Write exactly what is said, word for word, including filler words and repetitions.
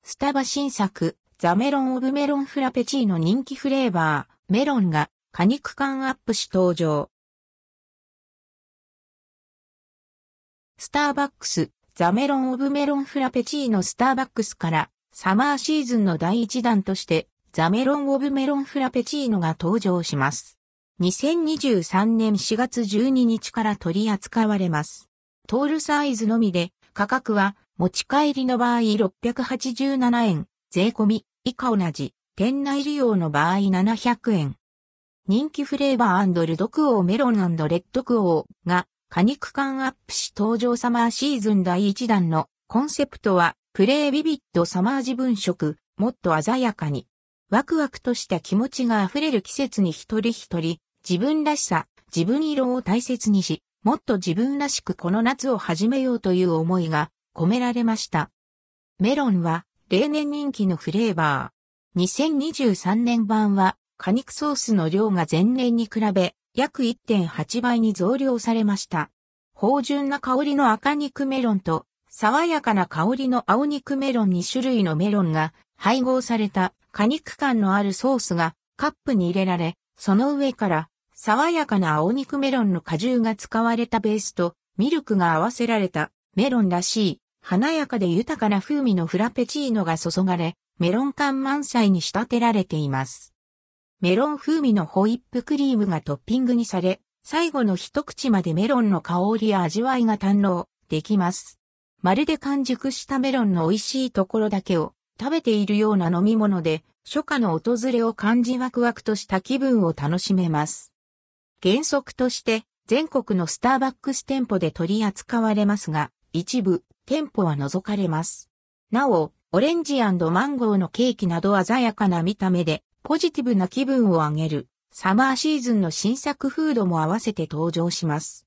スタバ新作、ザメロンオブメロンフラペチーノ人気フレーバー、メロンが果肉感アップし登場。スターバックス、ザメロンオブメロンフラペチーノスターバックスからサマーシーズンの第一弾としてザメロンオブメロンフラペチーノが登場します。にせんにじゅうさんねんしがつじゅうににちから取り扱われます。トールサイズのみで価格は持ち帰りの場合ろっぴゃくはちじゅうななえん、税込み以下同じ、店内利用の場合ななひゃくえん。人気フレーバー&ルドクオーメロン&レッドクオーが果肉感アップし登場サマーシーズン第一弾のコンセプトはプレイビビッドサマー自分色、もっと鮮やかに。ワクワクとした気持ちが溢れる季節に一人一人、自分らしさ、自分色を大切にし、もっと自分らしくこの夏を始めようという思いが込められました。メロンは例年人気のフレーバー。にせんにじゅうさんねん版は果肉ソースの量が前年に比べ約 いってんはちばいに増量されました。芳醇な香りの赤肉メロンと爽やかな香りの青肉メロンに種類のメロンが配合された果肉感のあるソースがカップに入れられ、その上から爽やかな青肉メロンの果汁が使われたベースとミルクが合わせられたメロンらしい華やかで豊かな風味のフラペチーノが注がれ、メロン感満載に仕立てられています。メロン風味のホイップクリームがトッピングにされ、最後の一口までメロンの香りや味わいが堪能できます。まるで完熟したメロンの美味しいところだけを食べているような飲み物で、初夏の訪れを感じワクワクとした気分を楽しめます。原則として全国のスターバックス店舗で取り扱われますが、一部店舗は除かれます。なお、オレンジ&マンゴーのケーキなど鮮やかな見た目でポジティブな気分を上げるサマーシーズンの新作フードも合わせて登場します。